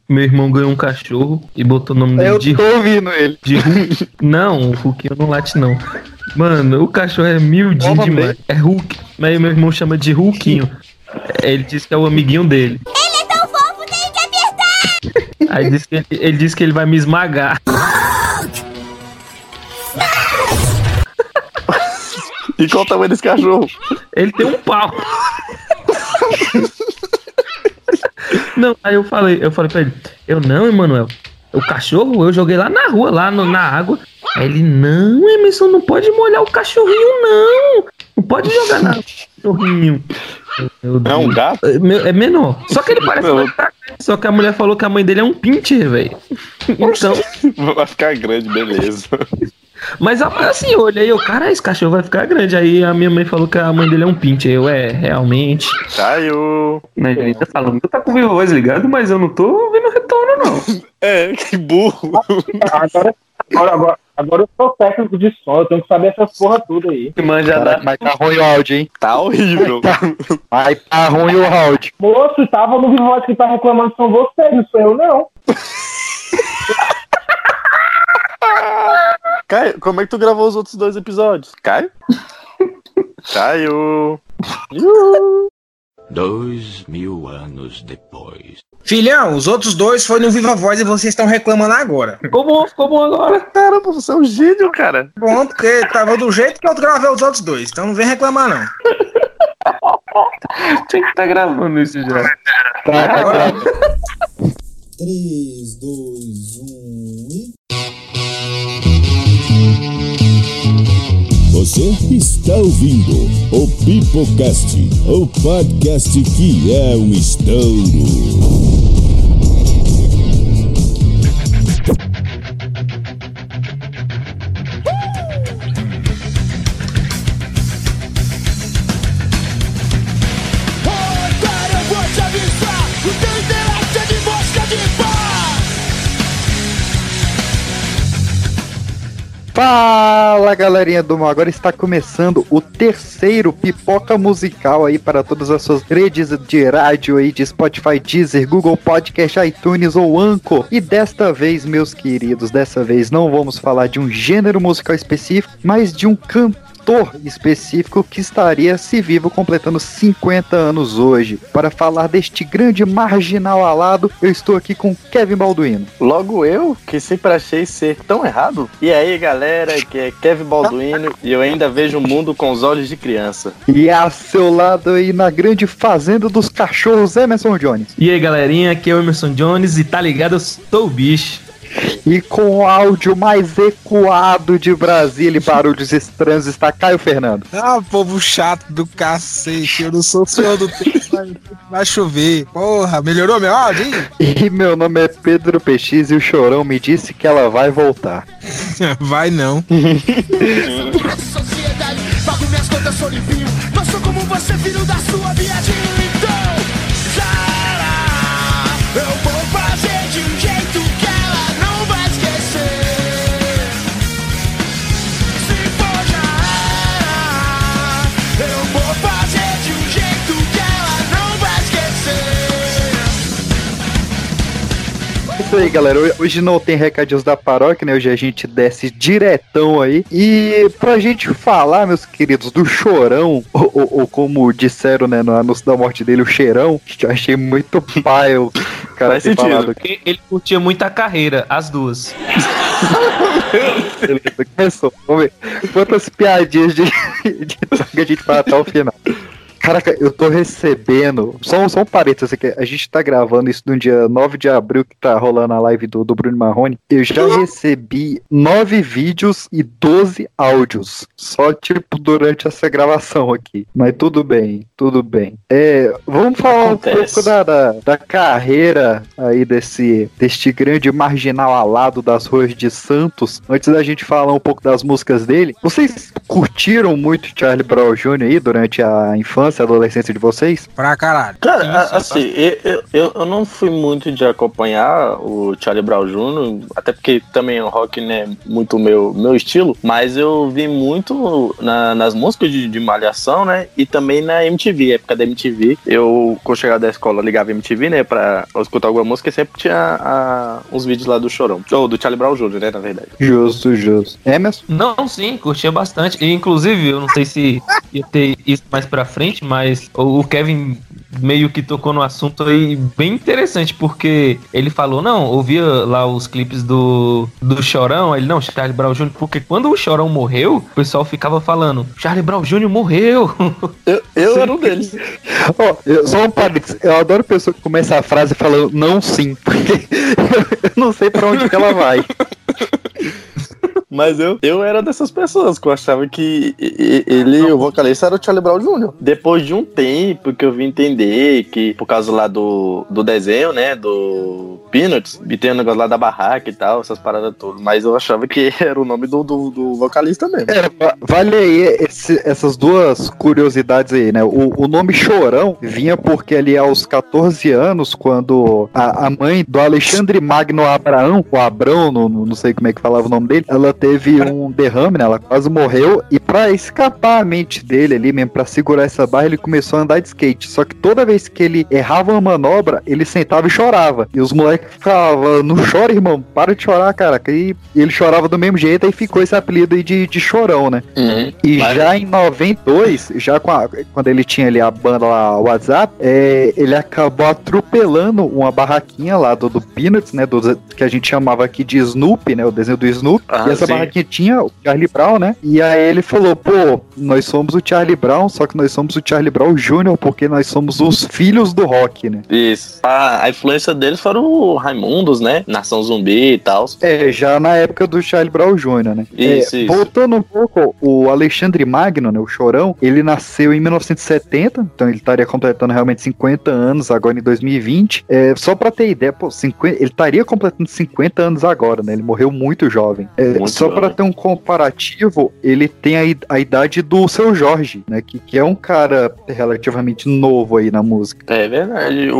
Meu irmão ganhou um cachorro e botou o nome dele de Eu tô ouvindo ele. De Hulk. Não, o Hulk não late, não. Mano, o cachorro é miudinho demais. É Hulk. Mas meu irmão chama de Hulkinho. Ele disse que é o amiguinho dele. Ele é tão fofo, tem que apertar! Aí ele disse que ele vai me esmagar. E qual o tamanho desse cachorro? Ele tem um pau. Não, aí eu falei pra ele, não, Emanuel, o cachorro eu joguei lá na rua, na água. Aí ele, não, Emerson, não pode molhar o cachorrinho, não. Não pode jogar no cachorrinho. É um gato? É menor. Só que ele parece um gato. Só que a mulher falou que a mãe dele é um pincher, velho. Então... Vai ficar grande, beleza. Mas assim, eu olhei, cara, esse cachorro vai ficar grande. Aí a minha mãe falou que a mãe dele é um pincher. realmente. Caiu. Mas ele tá falando, tu tá com o voz ligado, mas eu não tô vendo retorno, não. É, que burro. Agora eu sou técnico de som, eu tenho que saber essas porra tudo aí. Caraca, mas tá ruim o áudio, hein? Tá horrível. Mas tá ruim o áudio. Moço, tava no Vivo que tá reclamando, são vocês, não sou eu não. Caio, como é que tu gravou os outros 2 episódios? Caio? Caio. 2000 anos depois. Filhão, os outros 2 foi no Viva Voz e vocês estão reclamando agora. Ficou bom agora. Caramba, você é um gênio, cara. Bom, porque tava do jeito que eu gravei os outros 2, então não vem reclamar, não. Tinha que tá gravando isso já. Tá. 3, 2, 1 e... Você está ouvindo o Pipocast, o podcast que é um estouro. Fala, galerinha do mal, agora está começando o terceiro Pipoca Musical aí para todas as suas redes de rádio aí, de Spotify, Deezer, Google Podcast, iTunes ou Anchor. E desta vez, meus queridos, dessa vez não vamos falar de um gênero musical específico, mas de um cantor específico que estaria se vivo completando 50 anos hoje. Para falar deste grande marginal alado, eu estou aqui com Kevin Balduino. Logo eu, que sempre achei ser tão errado. E aí, galera, que é Kevin Balduino e eu ainda vejo o mundo com os olhos de criança. E a seu lado aí na grande fazenda dos cachorros, Emerson Jones. E aí, galerinha, aqui é o Emerson Jones e tá ligado, eu sou o bicho. E com o áudio mais ecoado de Brasília e barulhos estranhos está Caio Fernando. Ah, povo chato do cacete, eu não sou senhor do tempo, vai chover. Porra, melhorou meu áudio, hein? E meu nome é Pedro PX e o Chorão me disse que ela vai voltar. Vai não. Sociedade, pago minhas contas, sou limpinho, mas sou como você, filho da sua viadinho. Então, eu vou fazer de um jeito que ela não vai esquecer. Se for já era, eu vou fazer de um jeito que ela não vai esquecer. É isso aí, galera. Hoje não tem recadinhos da paróquia, né? Hoje a gente desce diretão aí. E pra gente falar, meus queridos, do Chorão, ou como disseram, né, no anúncio da morte dele, o Cheirão, que eu achei muito pai o cara Faz ter sentido. falado. Ele curtia muito a carreira, as duas. Beleza, começou. Vamos ver quantas piadinhas de que a gente vai até o final. Caraca, eu tô recebendo. Só um parênteses aqui. A gente tá gravando isso no dia 9 de abril, que tá rolando a live do Bruno Marrone. Eu já recebi 9 vídeos e 12 áudios. Só, tipo, durante essa gravação aqui. Mas tudo bem, tudo bem. Vamos falar um pouco da carreira aí deste grande marginal alado das ruas de Santos. Antes da gente falar um pouco das músicas dele. Vocês curtiram muito Charlie Brown Jr. aí durante a infância? infância e adolescência de vocês? Pra caralho. Cara, assim, eu não fui muito de acompanhar o Charlie Brown Jr., até porque também o rock não é muito meu estilo, mas eu vi muito nas músicas de Malhação, né? E também na MTV, época da MTV. Eu, quando chegava da escola, ligava a MTV, né? Pra escutar alguma música, e sempre tinha uns vídeos lá do Chorão. Ou do Charlie Brown Jr., né? Na verdade. Justo. Emerson? Não, sim, curtia bastante. E, inclusive, eu não sei se ia ter isso mais pra frente, mas o Kevin meio que tocou no assunto aí bem interessante, porque ele falou, não, ouvia lá os clipes do Chorão, ele, não, Charlie Brown Jr., porque quando o Chorão morreu, o pessoal ficava falando, Charlie Brown Jr. morreu. Eu era um deles. Só um parênteses, eu adoro pessoa que começa a frase falando não sim, porque eu não sei pra onde que ela vai. Mas eu era dessas pessoas que eu achava que o vocalista era o Charlie Brown Jr. Depois de um tempo que eu vim entender que, por causa lá do desenho, né, do Peanuts, e tem o negócio lá da barraca e tal, essas paradas todas, mas eu achava que era o nome do vocalista mesmo. Vale aí essas duas curiosidades aí, né? O nome Chorão vinha porque ali aos 14 anos, quando a mãe do Alexandre Magno Abraão, o Abrão, não sei como é que falava o nome dele, ela teve um derrame, né? Ela quase morreu, e pra escapar a mente dele ali mesmo, pra segurar essa barra, ele começou a andar de skate. Só que toda vez que ele errava uma manobra, ele sentava e chorava. E os moleques ficavam, não chora, irmão, para de chorar, cara. E ele chorava do mesmo jeito, aí ficou esse apelido aí de Chorão, né? Uhum. E já em 92, já quando ele tinha ali a banda lá, o WhatsApp, ele acabou atropelando uma barraquinha lá do Peanuts, né? Que a gente chamava aqui de Snoopy, né? O desenho do Snoopy. E essa barraquinha tinha o Charlie Brown, né? E aí ele falou, pô, nós somos o Charlie Brown, só que nós somos o Charlie Brown Jr., porque nós somos os filhos do rock, né? Isso. A influência deles foram o Raimundos, né? Nação Zumbi e tal. Já na época do Charlie Brown Jr., né? Isso. Voltando um pouco, o Alexandre Magno, né? O Chorão, ele nasceu em 1970, então ele estaria completando realmente 50 anos agora em 2020. Só pra ter ideia, pô, ele estaria completando 50 anos agora, né? Ele morreu muito jovem. Só para ter um comparativo, ele tem a idade do Seu Jorge, né? Que é um cara relativamente novo aí na música. É verdade.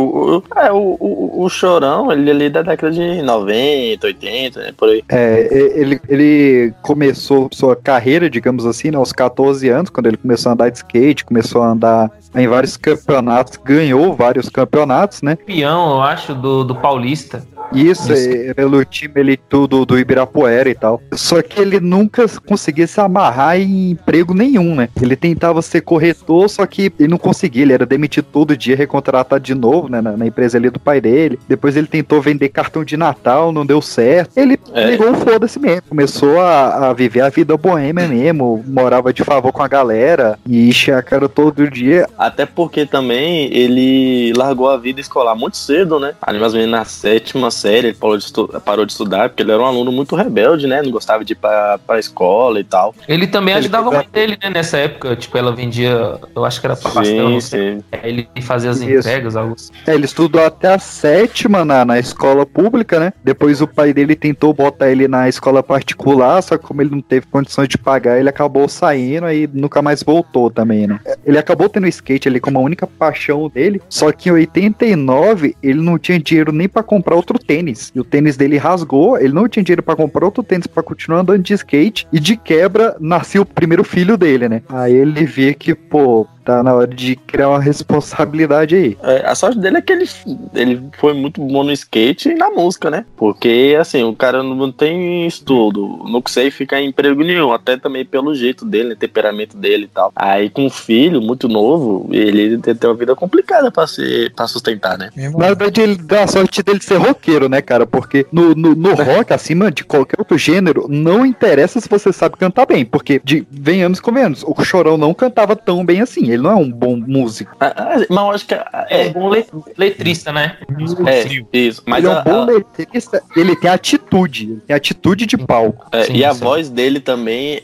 O Chorão, ele ali da década de 90, 80, né? Por aí. Ele começou sua carreira, digamos assim, né, aos 14 anos, quando ele começou a andar de skate, começou a andar em vários campeonatos, ganhou vários campeonatos, né? Campeão, eu acho, do Paulista. Isso. Pelo time ele tudo do Ibirapuera e tal. Só que ele nunca conseguia se amarrar em emprego nenhum, né? Ele tentava ser corretor, só que ele não conseguia. Ele era demitido todo dia, recontratado de novo, né? Na empresa ali do pai dele. Depois ele tentou vender cartão de Natal, não deu certo. Ele ligou o foda-se mesmo. Começou a viver a vida boêmia mesmo. Morava de favor com a galera e enchia a cara todo dia. Até porque também ele largou a vida escolar muito cedo, né? Ali mais ou menos na 7ª série, ele parou de estudar, porque ele era um aluno muito rebelde, né? Não gostava de ir pra escola e tal. Ele também ajudava a mãe dele, né? Nessa época, tipo, ela vendia, eu acho que era pastel, sim. Ele fazia as entregas, algo assim. Ele estudou até a 7ª na escola pública, né? Depois o pai dele tentou botar ele na escola particular, só que como ele não teve condições de pagar, ele acabou saindo e nunca mais voltou também, né? Ele acabou tendo skate ali como a única paixão dele, só que em 89 ele não tinha dinheiro nem pra comprar outro tênis, e o tênis dele rasgou, ele não tinha dinheiro pra comprar outro tênis pra continuar andando de skate, e de quebra nasceu o primeiro filho dele, né? Aí ele vê que, pô, tá na hora de criar uma responsabilidade aí. A sorte dele é que ele foi muito bom no skate e na música, né? Porque, assim, o cara não tem estudo, não consegue ficar em emprego nenhum, até também pelo jeito dele, temperamento dele e tal. Aí, com um filho muito novo, ele tem uma vida complicada pra sustentar, né? Na verdade, ele dá a sorte dele ser roqueiro, né, cara? Porque no rock, acima de qualquer outro gênero, não interessa se você sabe cantar bem, porque, venhamos e convenhamos, o Chorão não cantava tão bem assim, ele não é um bom músico. Mas eu acho que é um bom letrista, né? Isso. Mas ele é um bom letrista, ele tem atitude de palco. E a voz dele também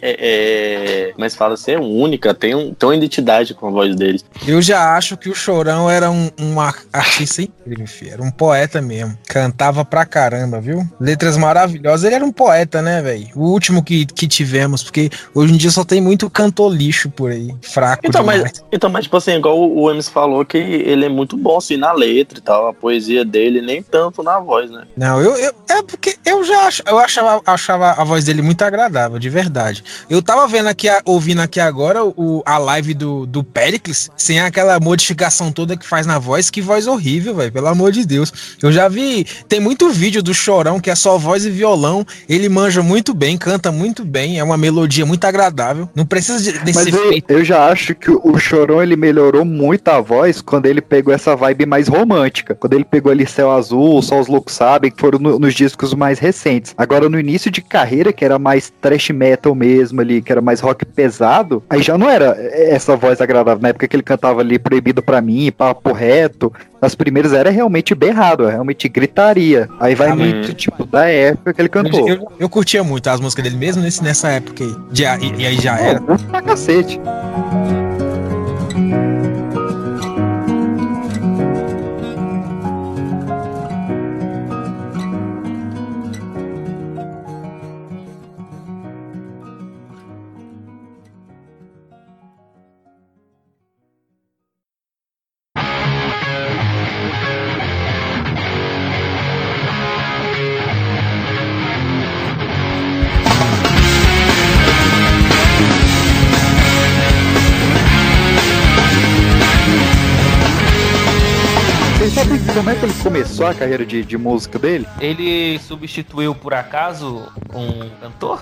mas fala assim, é única, tem uma identidade com a voz dele. Eu já acho que o Chorão era um artista incrível, filho. Era um poeta mesmo. Cantava pra caramba, viu? Letras maravilhosas. Ele era um poeta, né, velho? O último que tivemos, porque hoje em dia só tem muito cantor lixo por aí. Fraco então, demais. Então, mas tipo assim, igual o Emerson falou, que ele é muito bom assim na letra e tal, a poesia dele, nem tanto na voz, né? Não, é porque eu achava a voz dele muito agradável, de verdade. Eu tava vendo aqui, ouvindo aqui agora a live do Pericles, sem aquela modificação toda que faz na voz, que voz horrível, velho, pelo amor de Deus. Eu já vi, tem muito vídeo do Chorão, que é só voz e violão, ele manja muito bem, canta muito bem, é uma melodia muito agradável, não precisa desse efeito. Eu já acho que o Chorão, ele melhorou muito a voz quando ele pegou essa vibe mais romântica, quando ele pegou ali Céu Azul, Só os Loucos Sabem, que foram nos discos mais recentes. Agora, no início de carreira, que era mais thrash metal mesmo ali, que era mais rock pesado, aí já não era essa voz agradável. Na época que ele cantava ali Proibido Pra Mim, Papo Reto, as primeiras era realmente berrado, realmente gritaria. Aí vai muito, tipo, da época que ele cantou. Eu curtia muito as músicas dele mesmo nessa época aí. E aí já era. Pra cacete. Sabe como é que ele começou a carreira de música dele? Ele substituiu, por acaso, um cantor?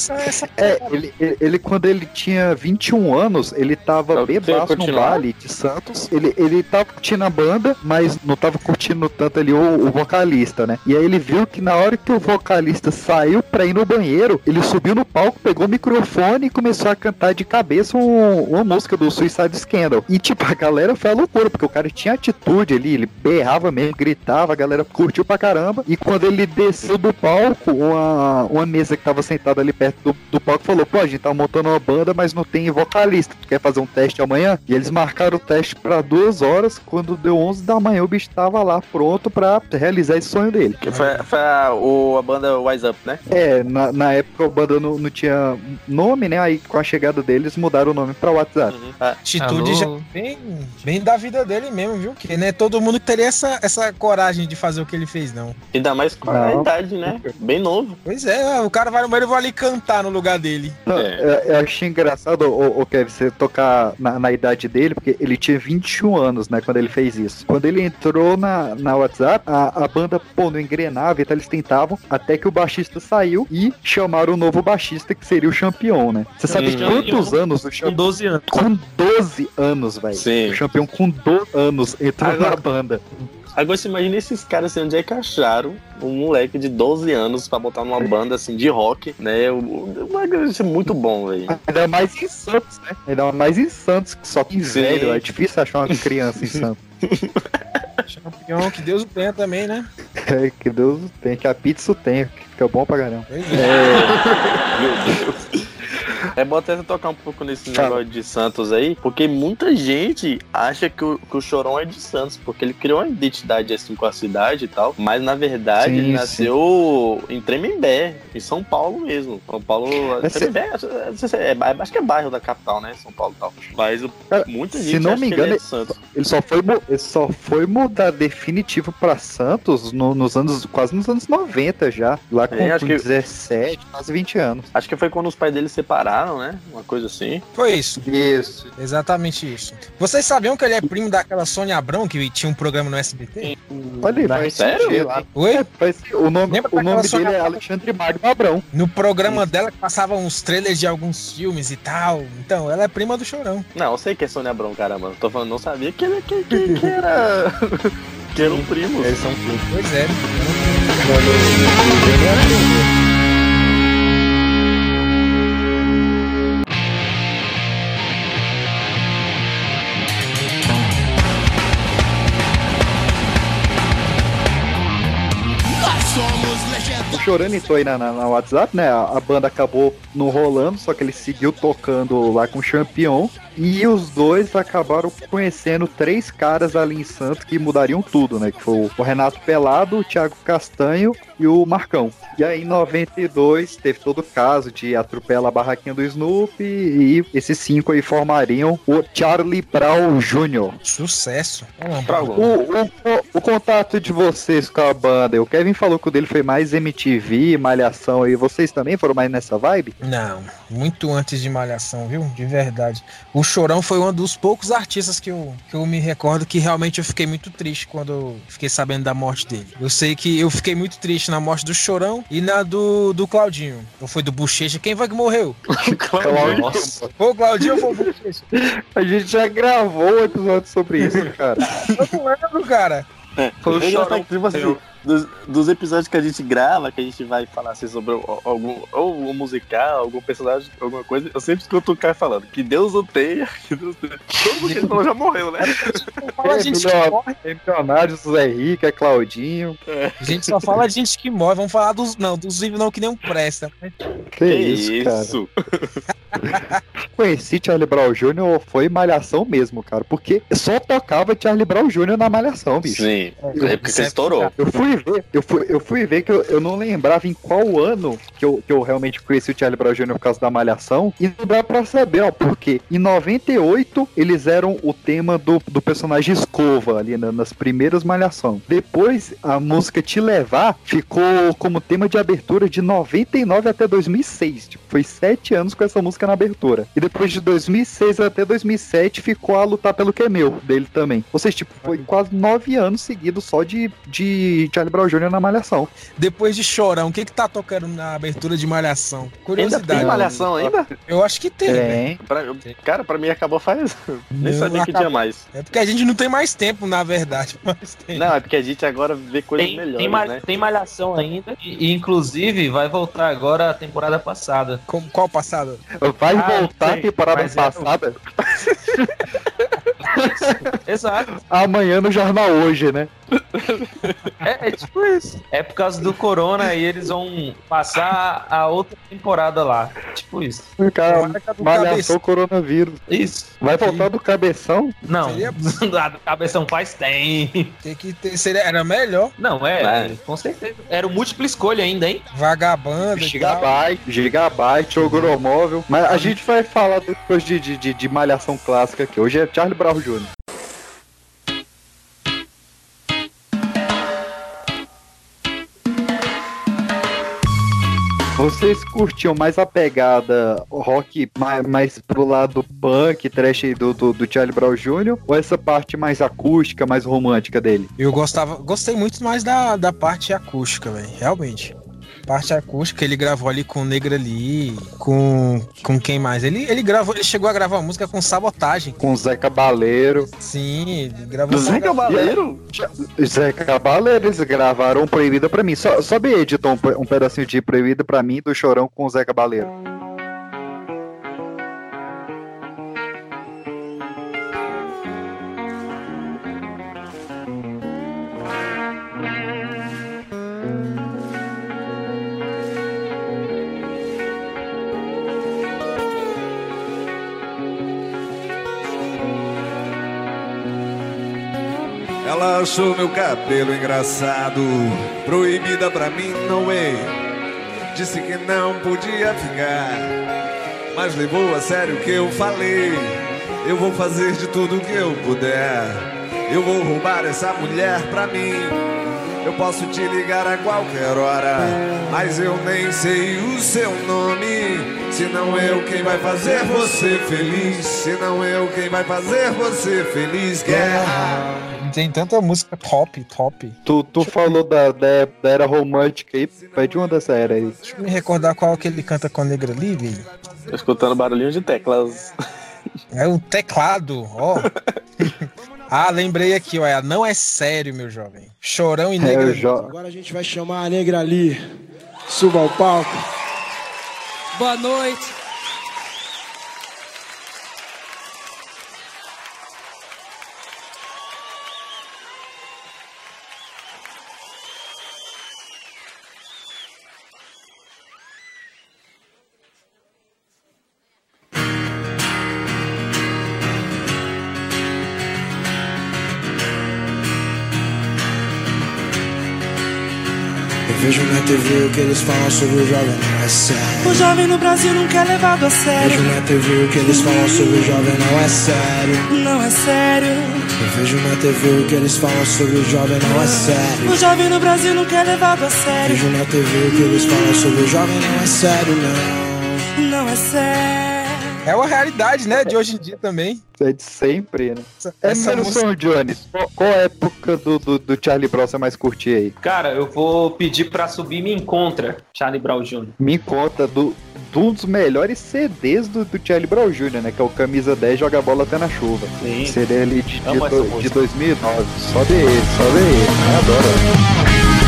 Ele quando ele tinha 21 anos, ele tava bebaço no baile de Santos. Ele tava curtindo a banda, mas não tava curtindo tanto ali o vocalista, né? E aí ele viu que na hora que o vocalista saiu pra ir no banheiro, ele subiu no palco, pegou o microfone e começou a cantar de cabeça uma música do Suicide Scandal. E tipo, a galera foi a loucura, porque o cara tinha atitude ali, ele berrava mesmo, gritava, a galera curtiu pra caramba. E quando ele desceu do palco, uma mesa que tava sentada ali perto do palco falou: pô, a gente tá montando uma banda, mas não tem vocalista, tu quer fazer um teste amanhã? E eles marcaram o teste pra 2 horas, quando deu 11 da manhã o bicho tava lá pronto pra realizar esse sonho dele. Que foi a banda Wise Up, né? Na época a banda não tinha nome, né? Aí com a chegada deles mudaram o nome pra WhatsApp. Atitude já bem da vida dele mesmo, viu? Que não é todo mundo que teria essa coragem de fazer o que ele fez, não. Ainda mais com a idade, né? Bem novo. Pois é, o cara vai no banheiro e vai ali cantar no lugar dele. Eu achei engraçado, o Kevin, você tocar na idade dele, porque ele tinha 21 anos, né, quando ele fez isso. Quando ele entrou na WhatsApp, a banda, não engrenava, então eles tentavam, até que o baixista saiu e chamaram o novo baixista, que seria o Champion, né? Você sabe quantos anos o Champion? Com 12 anos. Com 12 anos, velho. Sim. O Champion com 12 anos entrou na banda. Agora você imagina esses caras assim, onde é que acharam um moleque de 12 anos pra botar numa banda assim de rock, né? Isso é muito bom, velho. Ainda mais em Santos, né? Ainda mais em Santos, que só que velho. É difícil achar uma criança em Santos. Champion, que Deus o tenha também, né? Que Deus o tenha, que a pizza o tenha, que fica bom pra caramba. Meu Deus. É bom até tocar um pouco nesse negócio de Santos aí, porque muita gente acha que o Chorão é de Santos, porque ele criou uma identidade assim com a cidade e tal, mas na verdade ele nasceu em Tremembé, em São Paulo mesmo. São Paulo, Tremembé, acho que é bairro da capital, né? São Paulo e tal. Mas muita gente, se não me engano, ele é de Santos. Ele só foi mudar definitivo pra Santos quase nos anos 90 já, lá com 17, quase 20 anos. Acho que foi quando os pais dele separaram, né? Uma coisa assim. Foi isso. Isso. Exatamente isso. Vocês sabiam que ele é primo daquela Sônia Abrão, que tinha um programa no SBT? Olha, sério? Oi? O nome dele é Alexandre Magno Abrão. No programa dela que passava uns trailers de alguns filmes e tal. Então, ela é prima do Chorão. Não, eu sei que é Sônia Abrão, caramba. Tô falando, não sabia que era... que eram primos. Eles são primos. Pois é. Nós somos O Chorão entrou aí na WhatsApp, né? A banda acabou não rolando, só que ele seguiu tocando lá com o Champion. E os dois acabaram conhecendo 3 caras ali em Santos que mudariam tudo, né? Que foi o Renato Pelado, o Thiago Castanho e o Marcão. E aí em 92 teve todo o caso de atropela a barraquinha do Snoopy e esses 5 aí formariam o Charlie Brown Jr. Sucesso. O contato de vocês com a banda, o Kevin falou que o dele foi mais MTV, Malhação, e vocês também foram mais nessa vibe? Não, muito antes de Malhação, viu? De verdade. O Chorão foi um dos poucos artistas que eu me recordo que realmente eu fiquei muito triste quando eu fiquei sabendo da morte dele. Eu sei que eu fiquei muito triste na morte do Chorão e na do Claudinho. Ou foi do Bochecha? Quem foi que morreu? Claudinho. Foi o Claudinho ou foi o Bochecha? A gente já gravou um episódio sobre isso, cara. Eu não lembro, cara. Foi o Chorão, tipo assim, dos episódios que a gente grava, que a gente vai falar assim sobre algum ou um musical, algum personagem, alguma coisa, eu sempre escuto o cara falando que Deus o tenha, que Deus o tenha. Todo mundo que ele falou já morreu, né? Fala gente que morre. É milionário, Zé Rico, é Claudinho. A gente só fala de gente que morre. Vamos falar dos vivos não que nem um presta. Que isso, cara. Conheci Charlie Brown Jr. foi Malhação mesmo, cara. Porque só tocava Charlie Brown Jr. na Malhação, bicho. Sim, é porque você estourou. Eu fui ver que eu não lembrava em qual ano que eu realmente conheci o Charlie Brown Jr. por causa da Malhação. E não dá pra saber, ó, porque em 98 eles eram o tema do personagem Escova ali nas primeiras Malhação. Depois a música Te Levar ficou como tema de abertura de 99 até 2006. Tipo, foi 7 anos com essa música na abertura. E depois de 2006 até 2007 ficou a Lutar Pelo Que É Meu dele também. Ou seja, tipo, foi quase 9 anos seguidos só de Charlie Brown Jr. na Malhação. Depois de Chorão, o que tá tocando na abertura de Malhação? Curiosidade. Ainda tem Malhação ainda? Eu acho que tem, velho. Cara, pra mim acabou faz... Nem sabia que tinha mais. É porque a gente não tem mais tempo, na verdade. Mas tem. Não, é porque a gente agora vê coisas melhores, né? Tem Malhação ainda. E inclusive vai voltar agora a temporada passada. Qual passada? Vai voltar a temporada passada? Exato. Amanhã no Jornal Hoje, né? É tipo isso. É por causa do corona e eles vão passar a outra temporada lá. Tipo isso. Cara, Malhação coronavírus. Isso. Vai voltar do Cabeção? Não, Seria- a do Cabeção faz tem. Tem que ter. Era melhor. Não, com certeza. Era o múltipla escolha ainda, hein? Vagabanda e tal. Gigabyte, Ogromóvel. Mas a gente vai falar depois de Malhação clássica aqui. Hoje é Charlie Brown Jr. Vocês curtiam mais a pegada rock mais pro lado punk, trash aí do Charlie Brown Jr. ou essa parte mais acústica, mais romântica dele? Eu gostei muito mais da parte acústica, velho. Realmente. Parte acústica, ele gravou ali com Negra Lee, com quem mais? Ele chegou a gravar uma música com Sabotagem. Com Zé Cabaleiro. Sim, ele gravou. Zé Cabaleiro? Zé Cabaleiro, eles gravaram Proibida Pra Mim. Sobe aí, editor, um pedacinho de Proibida Pra Mim do Chorão com o Zé Cabaleiro. Ela achou meu cabelo engraçado, proibida pra mim não é. Disse que não podia ficar, mas levou a sério o que eu falei. Eu vou fazer de tudo que eu puder, eu vou roubar essa mulher pra mim. Eu posso te ligar a qualquer hora, mas eu nem sei o seu nome. Se não eu quem vai fazer você feliz, se não eu quem vai fazer você feliz. Guerra. Tem tanta música top. Tu falou da era romântica aí, vai de uma dessa era aí. Deixa eu me recordar qual que ele canta com a Negra Lee, velho. Tô escutando barulhinho de teclas. É o teclado, ó. Ah, lembrei aqui, ó. Não é sério, meu jovem. Chorão e Negra Lee. Agora a gente vai chamar a Negra Lee. Suba ao palco. Boa noite. Eu vejo na TV o que eles falam sobre o jovem, não é sério. O jovem no Brasil nunca é levado a sério. Vejo na TV o que eles falam sobre o jovem, não é sério. Não é sério. Eu vejo na TV o que eles falam sobre o jovem, não é sério. O jovem no Brasil nunca é levado a sério. Vejo na TV o que eles falam sobre o jovem, não é sério, não. Não é sério. É uma realidade, né? De hoje em dia também. É de sempre, né? Essa Emerson Jones, qual época do Charlie Brown você mais curtia aí? Cara, eu vou pedir pra subir Me Encontra, Charlie Brown Jr. Me conta de um dos melhores CDs do Charlie Brown Jr., né? Que é o Camisa 10 Joga Bola Até na Chuva. Sim. CD ali de Amo essa música. 2009. Sobe ele. Eu adoro.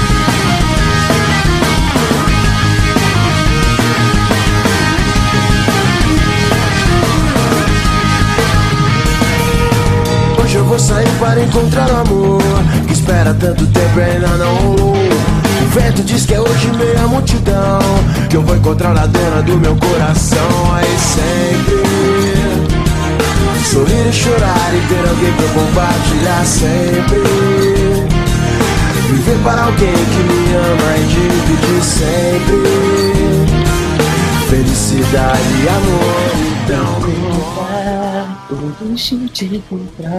Hoje eu vou sair para encontrar o amor que espera tanto tempo e ainda não rolou. O vento diz que é hoje meia multidão, que eu vou encontrar a dona do meu coração. Aí sempre sorrir e chorar e ter alguém pra compartilhar sempre. Viver para alguém que me ama e dividir sempre felicidade e amor. Então me Deixa eu te encontrar.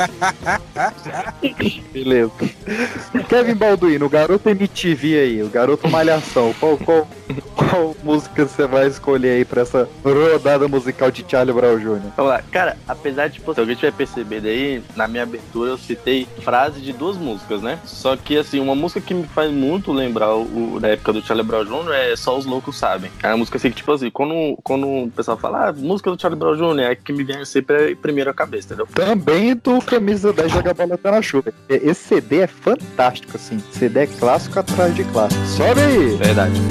Beleza. Kevin Balduino, o garoto MTV aí, o garoto Malhação. Qual música você vai escolher aí pra essa rodada musical de Charlie Brown Jr.? Vamos lá, cara, apesar de, se alguém tiver percebido aí, na minha abertura eu citei frase de duas músicas, né? Só que, assim, uma música que me faz muito lembrar da época do Charlie Brown Jr. é Só os Loucos Sabem. É uma música assim que, tipo assim, quando o pessoal fala, música do Charlie Brown Jr., é a que me vem sempre primeiro a cabeça, entendeu? Também do Camisa 10 Joga Bola Até na Chuva. Esse CD é fantástico, assim. CD é clássico atrás de clássico. Sobe aí! Verdade.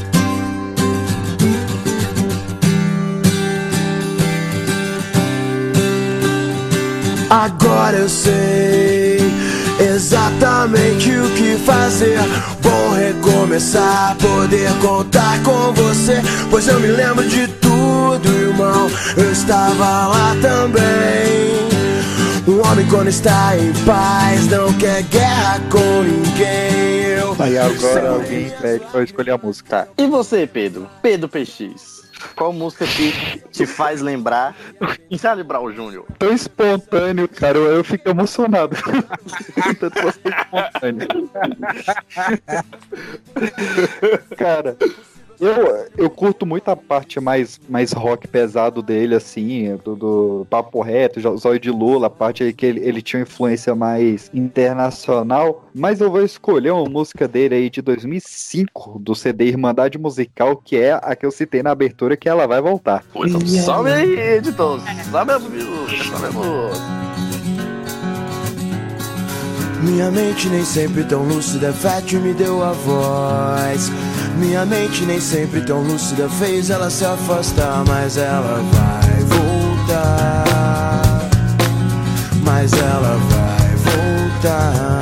Agora eu sei exatamente o que fazer. Vou recomeçar, poder contar com você, pois eu me lembro de tudo, irmão. Eu estava lá também. Um homem quando está em paz não quer guerra com ninguém. Aí agora alguém pede pra eu escolher a música. Tá. E você, Pedro? Pedro PX. Qual música que te faz lembrar Charlie Brown Jr.? Tão espontâneo, cara, eu fico emocionado. Tanto você espontâneo. Cara, eu curto muito a parte mais rock pesado dele, assim, do Papo Reto, Zóio de Lula, a parte aí que ele tinha influência mais internacional, mas eu vou escolher uma música dele aí de 2005, do CD Irmandade Musical, que é a que eu citei na abertura, que ela vai voltar. Pô, então sobe aí, editor, sobe a música. Minha mente nem sempre tão lúcida, fértil me deu a voz. Minha mente nem sempre tão lúcida, fez ela se afastar, mas ela vai voltar. Mas ela vai voltar.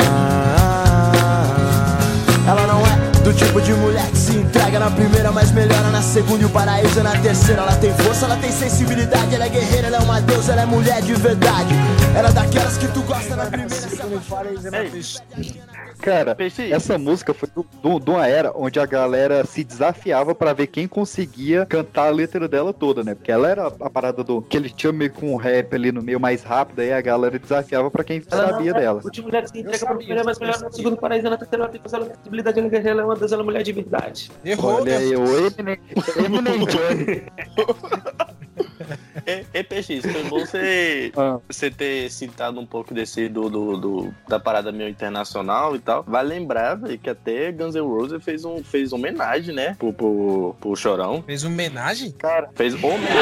Ela não é do tipo de mulher que se entrega na primeira, mas melhora na segunda e o paraíso é na terceira. Ela tem força, ela tem sensibilidade, ela é guerreira, ela é uma deusa, ela é mulher de verdade. Ela é daquelas que tu gosta na primeira. Cara, essa música foi de uma era onde a galera se desafiava pra ver quem conseguia cantar a letra dela toda, né? Porque ela era a parada que ele tinha meio com um rap ali no meio mais rápido, aí a galera desafiava pra quem sabia dela. O tipo de mulher que se entrega pra primeira, mas melhor no segundo paraíso, na terceira, ela tem força, ela tem sensibilidade, ela é guerreira, ela é uma deusa, ela é mulher de verdade. Errou, olha aí, o Eminem PX, foi bom você ter citado um pouco desse da parada meio internacional e tal. Vai lembrar, véio, que até Guns N' Roses fez homenagem, né? Pro Chorão. Fez homenagem? Cara, fez homenagem.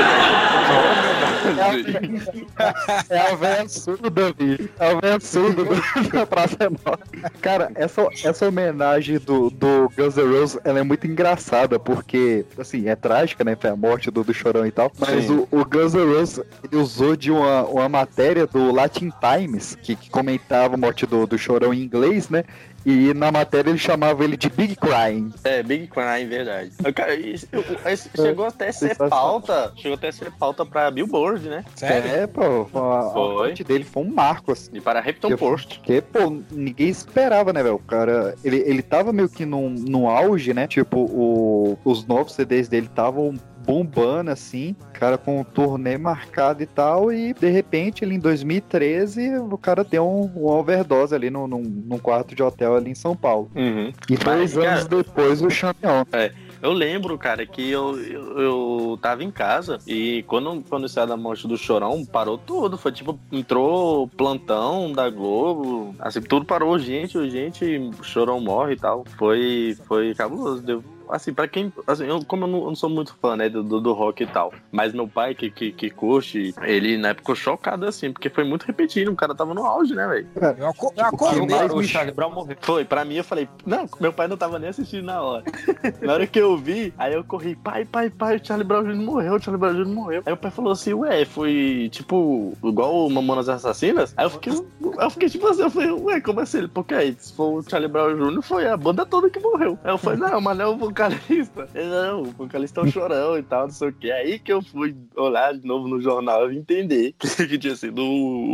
É a véia surda, bicho. É a véia surda da Praça Nova. Cara, essa homenagem do Guns N' Roses, ela é muito engraçada, porque, assim, é trágica, né? Foi a morte do Chorão e tal. Mas o Guns N' Roses, ele usou de uma matéria do Latin Times, que comentava a morte do Chorão em inglês, né? E na matéria ele chamava ele de Big Crying. É, Big Crying, verdade. Cara, chegou até a ser pauta. Chegou até a ser pauta pra Billboard, né? Sério? É, pô. A morte dele foi um marco, assim. E para Hampton Post. Porque, pô, ninguém esperava, né, velho? O cara, ele tava meio que no auge, né? Tipo, os novos CDs dele estavam bombando, assim, cara com um turnê marcado e tal, e de repente, ele em 2013, o cara deu uma overdose ali num quarto de hotel ali em São Paulo. Uhum. E 2 anos depois, o Champion. Eu lembro, cara, que eu tava em casa e quando saiu da morte do Chorão, parou tudo. Foi tipo, entrou plantão da Globo, assim, tudo parou, gente, o Chorão morre e tal. Foi cabuloso, deu. Assim, pra quem. Assim, como eu não sou muito fã, né, do rock e tal. Mas meu pai, que curte, ele na época ficou chocado, assim, porque foi muito repetido. O cara tava no auge, né, velho? Eu acordei. O Charlie Brown morreu. Foi, pra mim eu falei, não, meu pai não tava nem assistindo na hora. Na hora que eu vi, aí eu corri, pai, o Charlie Brown Jr. morreu. Aí o pai falou assim, ué, foi tipo, igual o Mamonas Assassinas? Aí eu fiquei tipo assim, eu falei, ué, como assim? Porque aí, se for o Charlie Brown Jr., foi a banda toda que morreu. Aí eu falei, não, mas não é o vocalista. Não, o vocalista é um Chorão e tal, não sei o que. Aí que eu fui olhar de novo no jornal e entender que tinha sido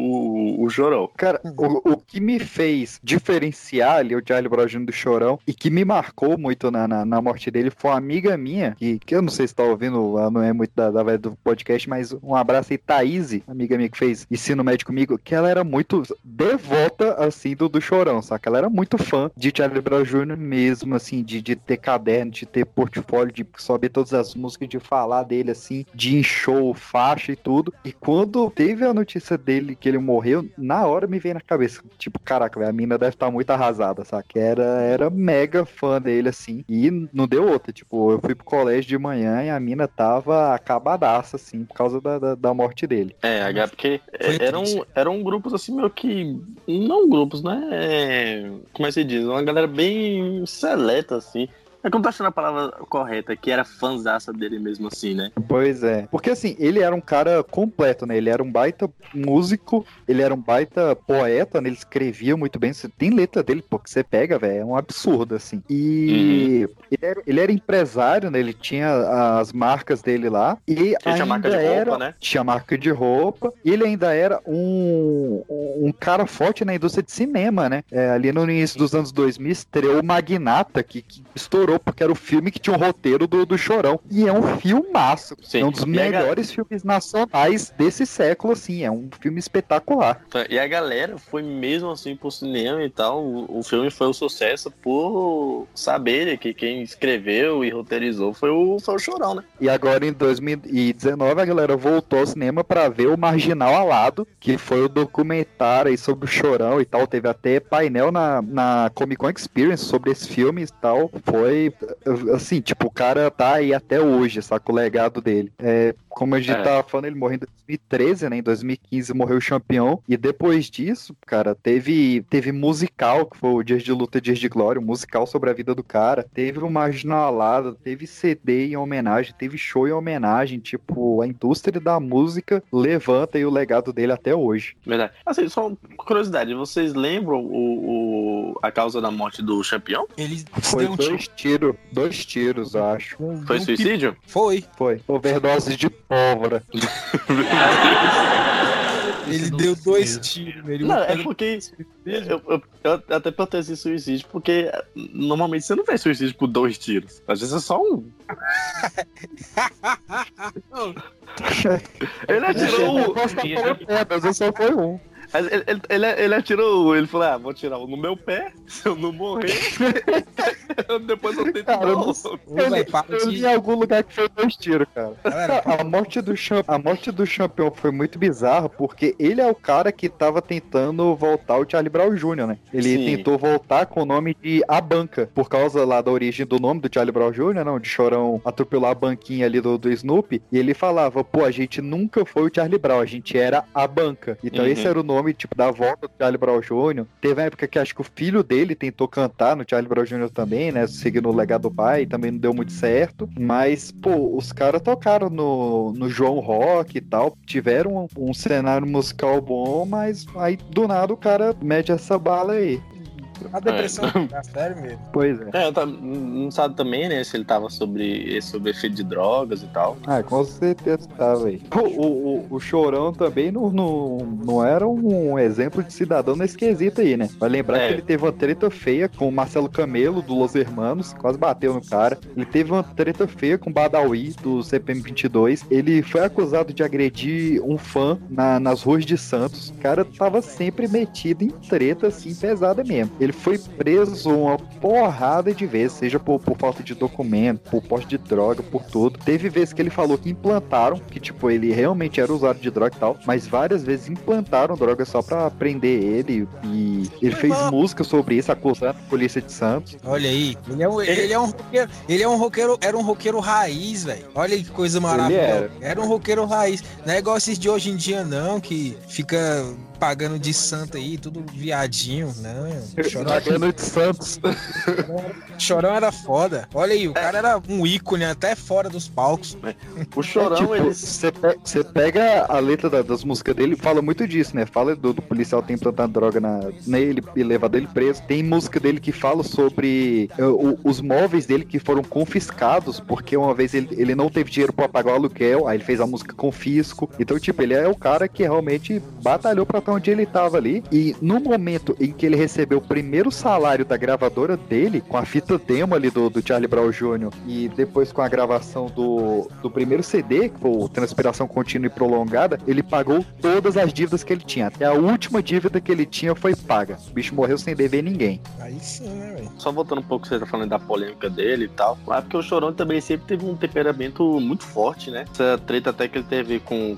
o Chorão. Cara, o que me fez diferenciar ali o Charlie Brown Jr. do Chorão e que me marcou muito na morte dele foi uma amiga minha, que eu não sei se tá ouvindo, ela não é muito da velha do podcast, mas um abraço aí, Thaís, amiga minha que fez ensino médio comigo, que ela era muito devota, assim, do Chorão, saca? Ela era muito fã de Charlie Brown Jr. mesmo, assim, de ter caderno, de ter portfólio, de saber todas as músicas, de falar dele, assim, de ir em show, faixa e tudo. E quando teve a notícia dele que ele morreu, na hora me veio na cabeça, tipo, caraca, véio, a mina deve estar muito arrasada, saca? Era mega fã dele, assim, e não deu outra, tipo, eu fui pro colégio de manhã e a mina tava acabadaça, assim, por causa da morte dele. Porque eram grupos, assim, meio que, não grupos, né, como é que se diz, uma galera bem seleta, assim. É que eu não tô achando a palavra correta, que era fãzaça dele mesmo assim, né? Pois é. Porque assim, ele era um cara completo, né? Ele era um baita músico, ele era um baita poeta, né? Ele escrevia muito bem. Você tem letra dele, pô, que você pega, velho, é um absurdo, assim. E ele era empresário, né? Ele tinha as marcas dele lá. E tinha marca de roupa, né? Tinha marca de roupa. E ele ainda era um cara forte na indústria de cinema, né? Ali no início dos anos 2000, estreou o Magnata, que estourou porque era o filme que tinha o roteiro do Chorão. E é um filmaço. Sim. É um dos melhores filmes nacionais desse século, assim. É um filme espetacular. E a galera foi mesmo assim pro cinema e tal. O filme foi um sucesso por saber que quem escreveu e roteirizou foi o Chorão, né? E agora em 2019 a galera voltou ao cinema pra ver o Marginal Alado, que foi o documentário aí sobre o Chorão e tal. Teve até painel na Comic Con Experience sobre esse filme e tal. Foi assim, tipo, o cara tá aí até hoje, saca? O legado dele. Como a gente tava falando, ele morreu em 2013, né? Em 2015 morreu o Champion. E depois disso, cara, teve musical, que foi o Dias de Luta, Dias de Glória, um musical sobre a vida do cara. Teve o Marginal Alado, teve CD em homenagem, teve show em homenagem. Tipo, a indústria da música levanta aí o legado dele até hoje. Verdade. Assim, só curiosidade, vocês lembram a causa da morte do Champion? Ele foi dois tiros, acho. Foi suicídio? Foi. Overdose de pólvora. Ele deu 2 tiros. Não, é porque eu até perguntei esse suicídio, porque normalmente você não faz suicídio por 2 tiros. Às vezes é só um. Ele atirou às vezes só foi um. Ele atirou, ele falou, vou tirar no meu pé, se eu não morrer, depois eu tento dar outro. Eu li em algum lugar que foi 2 tiros, cara. A morte do Champion foi muito bizarra, porque ele é o cara que tava tentando voltar o Charlie Brown Jr., né? Ele tentou voltar com o nome de A Banca, por causa lá da origem do nome do Charlie Brown Jr., não, de Chorão atropelar a banquinha ali do Snoopy, e ele falava, pô, a gente nunca foi o Charlie Brown, a gente era A Banca. Então esse era o nome, tipo, da volta do Charlie Brown Jr. Teve uma época que acho que o filho dele tentou cantar no Charlie Brown Jr. também, né, seguindo o legado do pai, também não deu muito certo, mas, pô, os caras tocaram no João Rock e tal, tiveram um cenário musical bom, mas aí, do nada, o cara mete essa bala aí. A depressão é sério mesmo. Pois é. Não sabe também, né, se ele tava sobre efeito de drogas e tal. Ah, com certeza tava aí. O Chorão também não era um exemplo de cidadão nesse quesito aí, né? Vai lembrar que ele teve uma treta feia com o Marcelo Camelo, do Los Hermanos, quase bateu no cara. Ele teve uma treta feia com o Badawi, do CPM 22. Ele foi acusado de agredir um fã nas ruas de Santos. O cara tava sempre metido em treta, assim, pesada mesmo. Ele foi preso uma porrada de vezes, seja por falta de documento, por posse de droga, por tudo. Teve vezes que ele falou que implantaram, que tipo, ele realmente era usuário de droga e tal, mas várias vezes implantaram droga só pra prender ele, e ele fez música sobre isso, acusando a polícia de Santos. Olha aí, ele é um roqueiro, era um roqueiro raiz, velho. Olha que coisa maravilhosa. Era um roqueiro raiz. Não é igual esses de hoje em dia, não, que fica pagando de santo aí, tudo viadinho, não. Chorão pagando de Santos. Chorão era foda. Olha aí, o cara era um ícone até fora dos palcos. O Chorão, ele... Você pega a letra das músicas dele, fala muito disso, né? Fala do policial ter implantado droga nele e levado ele preso. Tem música dele que fala sobre os móveis dele que foram confiscados, porque uma vez ele não teve dinheiro pra pagar o aluguel, aí ele fez a música Confisco. Então, tipo, ele é o cara que realmente batalhou pra estar onde ele tava ali. E no momento em que ele recebeu o primeiro salário da gravadora dele, com a fita demo ali do Charlie Brown Jr., e depois com a gravação do primeiro CD, que foi o Transpiração Contínua e Prolongada, ele pagou todas as dívidas que ele tinha. Até a última dívida que ele tinha foi paga. O bicho morreu sem dever ninguém. Aí sim, né, velho? Só voltando um pouco, você tá falando da polêmica dele e tal. É porque o Chorão também sempre teve um temperamento muito forte, né? Essa treta até que ele teve com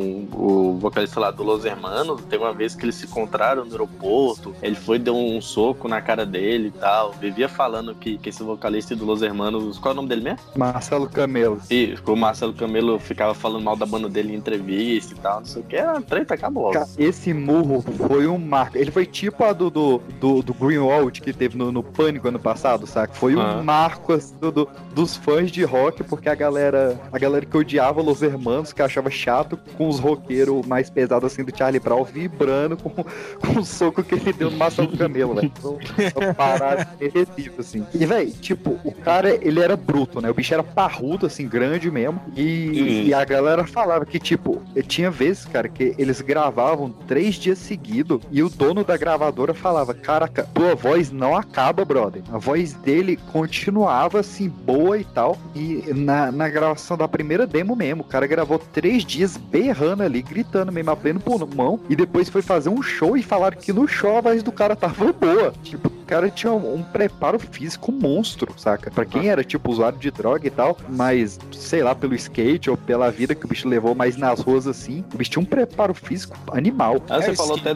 o vocalista lá do Los Hermanos, teve uma vez que eles se encontraram no aeroporto, ele foi e deu um soco na cara dele e tal. Vivia falando que esse vocalista do Los Hermanos, qual é o nome dele mesmo? Marcelo Camelo. E o Marcelo Camelo ficava falando mal da banda dele em entrevista e tal, não sei o que, era treta cabulosa. Esse murro foi um marco. Ele foi tipo a do Greenwald que teve no Pânico ano passado, saca? Foi um marco assim, dos fãs de rock, porque a galera que odiava Los Hermanos, que achava chato, com os roqueiros mais pesados assim do Charlie Brown, vibrando com o soco que ele deu no Marcelo Camelo, velho. Uma parada derretível, assim. E, velho, tipo, o cara, ele era bruto, né? O bicho era parrudo, assim, grande mesmo. E a galera falava que, tipo, tinha vezes, cara, que eles gravavam 3 dias seguidos e o dono da gravadora falava, caraca, tua voz não acaba, brother. A voz dele continuava, assim, boa e tal. E na gravação da primeira demo mesmo, o cara gravou 3 dias berrando ali, gritando mesmo, a pleno pulmão. E depois foi fazer um show e falaram que no show a voz do cara tava boa. Tipo, o cara tinha um preparo físico monstro, saca? Pra quem era, tipo, usuário de droga e tal, mas, sei lá, pelo skate ou pela vida que o bicho levou mais nas ruas, assim, o bicho tinha um preparo físico animal. Você falou até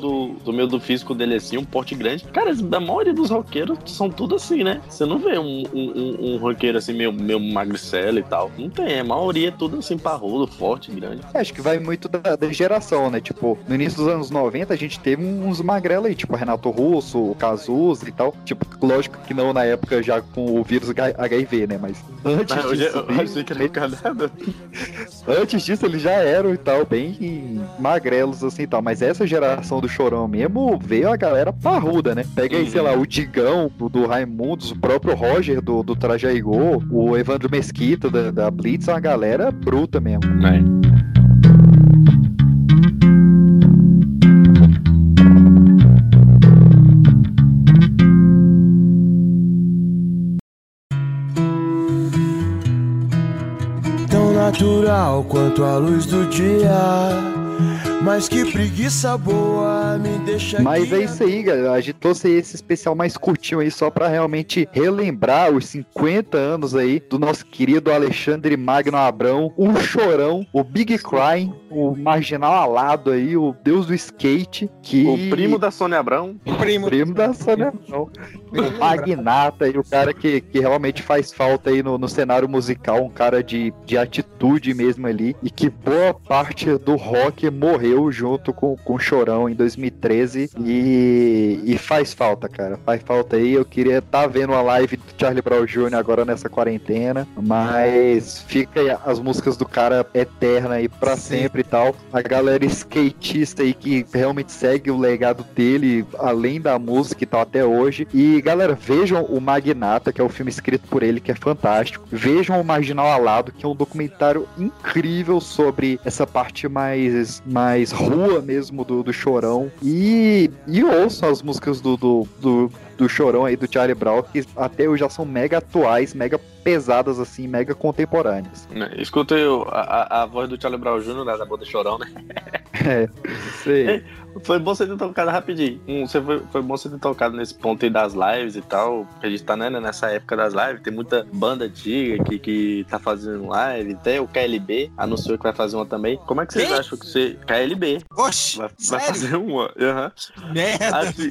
do físico dele, assim, um porte grande. Cara, a maioria dos roqueiros são tudo assim, né? Você não vê um roqueiro, assim, meio magricelo e tal. Não tem, a maioria é tudo, assim, parrudo, forte, grande. Acho que vai muito da geração, né? Tipo, no início dos anos 90, a gente teve uns magrelos aí, tipo, Renato Russo, o Cazuza e tal. Tipo, lógico que não na época já com o vírus HIV, né? Mas antes antes disso eles já eram e tal, bem magrelos assim e tal. Mas essa geração do Chorão mesmo veio a galera parruda, né? Pega aí, sei lá, o Digão do Raimundos, o próprio Roger do Traje a Rigor, o Evandro Mesquita da Blitz, uma galera bruta mesmo. Natural quanto a luz do dia, mas que preguiça boa me deixa. Mas é isso aí, galera. A gente trouxe esse especial mais curtinho aí só pra realmente relembrar os 50 anos aí do nosso querido Alexandre Magno Abrão, o Chorão, o Big Crime, o marginal alado aí, o deus do skate, o primo da Sônia Abrão. Primo da Sônia Abrão. O magnata e o cara que realmente faz falta aí no cenário musical, um cara de atitude mesmo ali, e que boa parte do rock morreu eu junto com o Chorão em 2013 e faz falta, cara. Faz falta aí. Eu queria estar vendo a live do Charlie Brown Jr. agora nessa quarentena, mas fica aí as músicas do cara eterna aí pra sempre e tal. A galera skatista aí que realmente segue o legado dele, além da música e tal, até hoje. E galera, vejam o Magnata, que é o filme escrito por ele, que é fantástico. Vejam o Marginal Alado, que é um documentário incrível sobre essa parte mais rua mesmo do Chorão. E ouçam as músicas do Chorão aí, do Charlie Brown, que até hoje já são mega atuais, mega pesadas assim, mega contemporâneas. Escutei a voz do Charlie Brown Jr. da banda Chorão, né? Sei. Foi bom você ter tocado rapidinho. Foi bom você ter tocado nesse ponto aí das lives e tal, porque a gente tá, né, nessa época das lives, tem muita banda antiga que tá fazendo live, até o KLB anunciou que vai fazer uma também. Como é que vocês acham que você... KLB. Oxi, vai fazer uma. Uhum. Merda. Assim...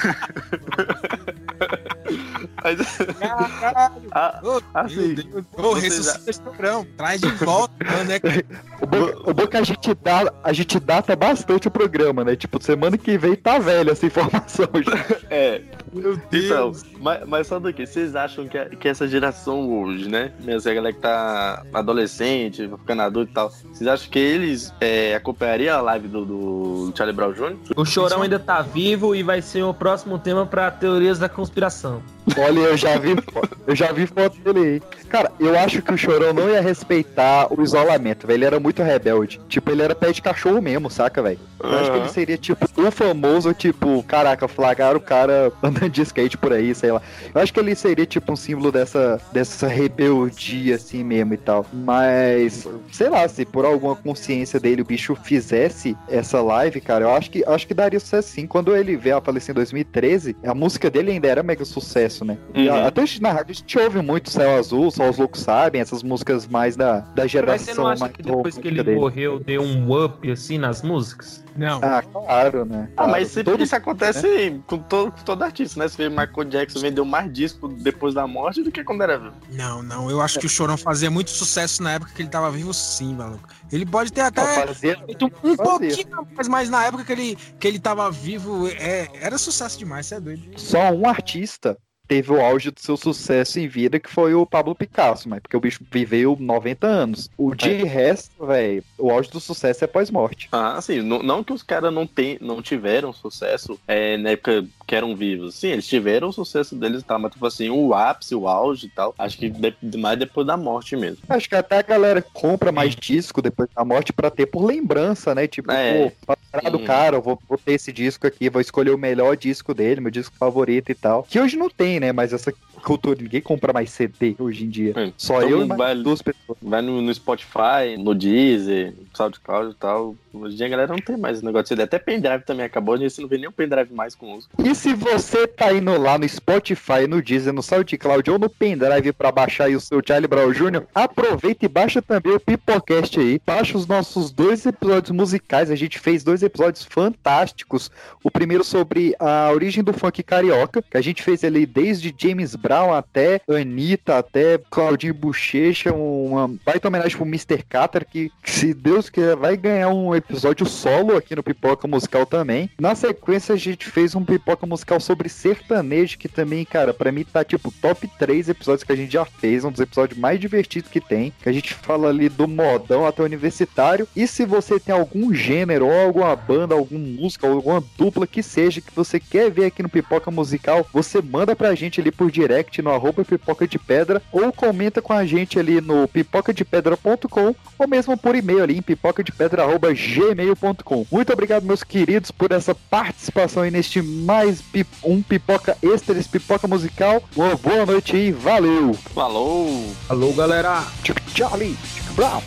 Caralho. Assim, ressuscita esse programa, traz de volta, né? O bom que a gente data bastante o programa, né? Tipo, semana que vem tá velha essa informação já. Meu Deus. Então, mas só do que? Vocês acham que essa geração hoje, né? Essa galera que tá adolescente, ficando adulto e tal, vocês acham que eles acompanhariam a live do Charlie Brown Jr.? O Chorão ainda tá vivo e vai ser o próximo tema pra teorias da conspiração. Olha, eu já vi foto dele aí. Cara, eu acho que o Chorão não ia respeitar o isolamento, velho. Ele era muito rebelde. Tipo, ele era pé de cachorro mesmo, saca, velho? Eu acho que ele seria, tipo, o famoso, tipo, caraca, flagaram o cara andando de skate por aí, sei lá. Eu acho que ele seria, tipo, um símbolo dessa rebeldia, assim mesmo e tal. Mas, sei lá, se por alguma consciência dele o bicho fizesse essa live, cara, eu acho que daria sucesso sim. Quando ele veio a falecer em 2013, a música dele ainda era mega sucesso, né? E até na rádio a gente ouve muito Céu Azul, Só os Loucos Sabem, essas músicas mais da geração. Mas você não acha que depois que ele morreu deu um up assim nas músicas? Não. Ah, claro, né? Ah, mas sempre isso acontece com todo artista, né? Você vê Michael Jackson vendeu mais disco depois da morte do que quando era vivo. Não, eu acho que o Chorão fazia muito sucesso na época que ele tava vivo, sim, maluco. Ele pode ter até feito um pouquinho, mas na época que ele tava vivo, era sucesso demais, você é doido. Só um artista teve o auge do seu sucesso em vida, que foi o Pablo Picasso, mas porque o bicho viveu 90 anos. O de resto, velho, o auge do sucesso é pós-morte. Ah, sim, não que os caras não tiveram sucesso na época que eram vivos. Sim, eles tiveram o sucesso deles e tal, mas tipo assim, o ápice, o auge e tal, acho que mais depois da morte mesmo. Acho que até a galera compra mais disco depois da morte pra ter por lembrança, né? Tipo, pô, pra do cara, eu vou ter esse disco aqui, vou escolher o melhor disco dele, meu disco favorito e tal. Que hoje não tem, né? Mas essa cultura, ninguém compra mais CD hoje em dia. Só eu e mais duas pessoas. Vai no Spotify, no Deezer, no SoundCloud e tal. Hoje em dia a galera não tem mais esse negócio de CD. Até pendrive também acabou, hoje você não vê nem o pendrive mais com uso. E se você tá indo lá no Spotify, no Deezer, no SoundCloud ou no pendrive pra baixar aí o seu Charlie Brown Jr., aproveita e baixa também o Pipocast aí. Baixa os nossos 2 episódios musicais. A gente fez 2 episódios fantásticos. O primeiro sobre a origem do funk carioca, que a gente fez ali desde James Brown até Anitta, até Claudinho Bochecha, uma baita homenagem pro Mr. Catra, que se Deus quiser vai ganhar um episódio solo aqui no Pipoca Musical também. Na sequência a gente fez um Pipoca Musical sobre sertanejo, que também, cara, pra mim tá tipo top 3 episódios que a gente já fez, um dos episódios mais divertidos que tem, que a gente fala ali do modão até o universitário. E se você tem algum gênero, ou alguma banda, alguma música, ou alguma dupla que seja, que você quer ver aqui no Pipoca Musical, você manda pra gente ali por direct no @pipoca de pedra, ou comenta com a gente ali no pipocadepedra.com, ou mesmo por e-mail ali em pipocadepedra@gmail.com. Muito obrigado, meus queridos, por essa participação aí neste mais um Pipoca Extra, esse Pipoca Musical. Uma boa noite aí, valeu! Falou! Falou, galera! Charlie Brown!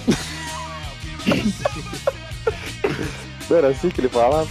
Era assim que ele falava?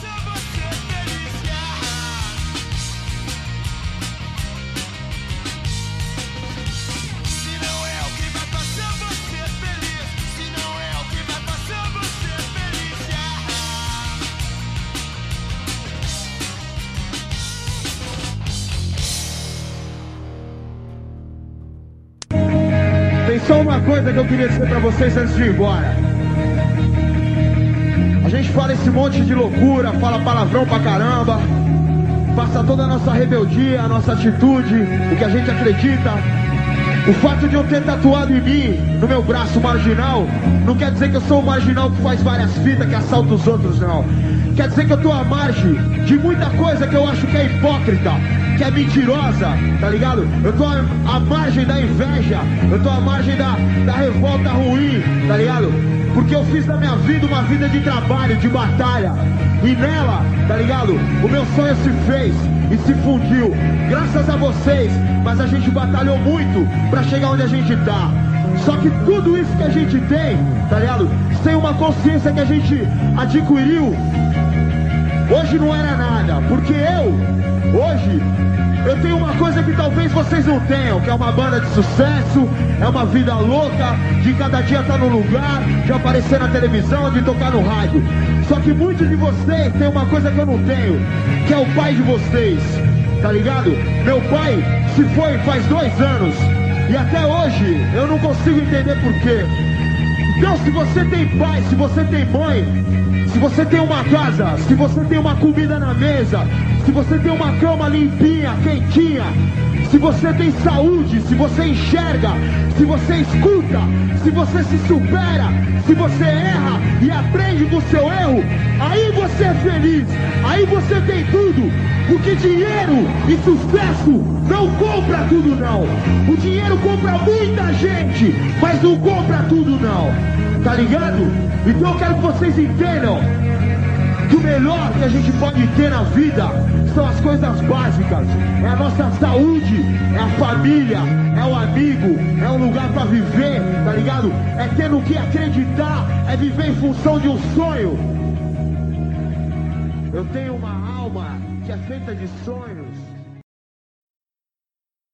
Tem só uma coisa que eu queria dizer pra vocês antes de ir embora. A gente fala esse monte de loucura, fala palavrão pra caramba, passa toda a nossa rebeldia, a nossa atitude, o que a gente acredita. O fato de eu ter tatuado em mim, no meu braço marginal, não quer dizer que eu sou um marginal que faz várias fitas, que assalta os outros, não. Quer dizer que eu tô à margem de muita coisa que eu acho que é hipócrita, que é mentirosa, tá ligado? Eu tô à margem da inveja, eu tô à margem da revolta ruim, tá ligado? Porque eu fiz da minha vida uma vida de trabalho, de batalha. E nela, tá ligado? O meu sonho se fez e se fundiu. Graças a vocês, mas a gente batalhou muito pra chegar onde a gente tá. Só que tudo isso que a gente tem, tá ligado? Sem uma consciência que a gente adquiriu, hoje não era nada. Porque hoje, eu tenho uma coisa que talvez vocês não tenham, que é uma banda de sucesso, é uma vida louca, de cada dia estar no lugar, de aparecer na televisão, de tocar no rádio. Só que muitos de vocês têm uma coisa que eu não tenho, que é o pai de vocês, tá ligado? Meu pai se foi faz 2 anos, e até hoje eu não consigo entender por quê. Então, se você tem pai, se você tem mãe, se você tem uma casa, se você tem uma comida na mesa, se você tem uma cama limpinha, quentinha, se você tem saúde, se você enxerga, se você escuta, se você se supera, se você erra e aprende com o seu erro, aí você é feliz, aí você tem tudo. Porque dinheiro e sucesso não compra tudo, não. O dinheiro compra muita gente, mas não compra tudo, não. Tá ligado? Então eu quero que vocês entendam que o melhor que a gente pode ter na vida são as coisas básicas. É a nossa saúde, é a família, é o amigo, é um lugar pra viver, tá ligado? É ter no que acreditar, é viver em função de um sonho. Eu tenho uma alma que é feita de sonhos.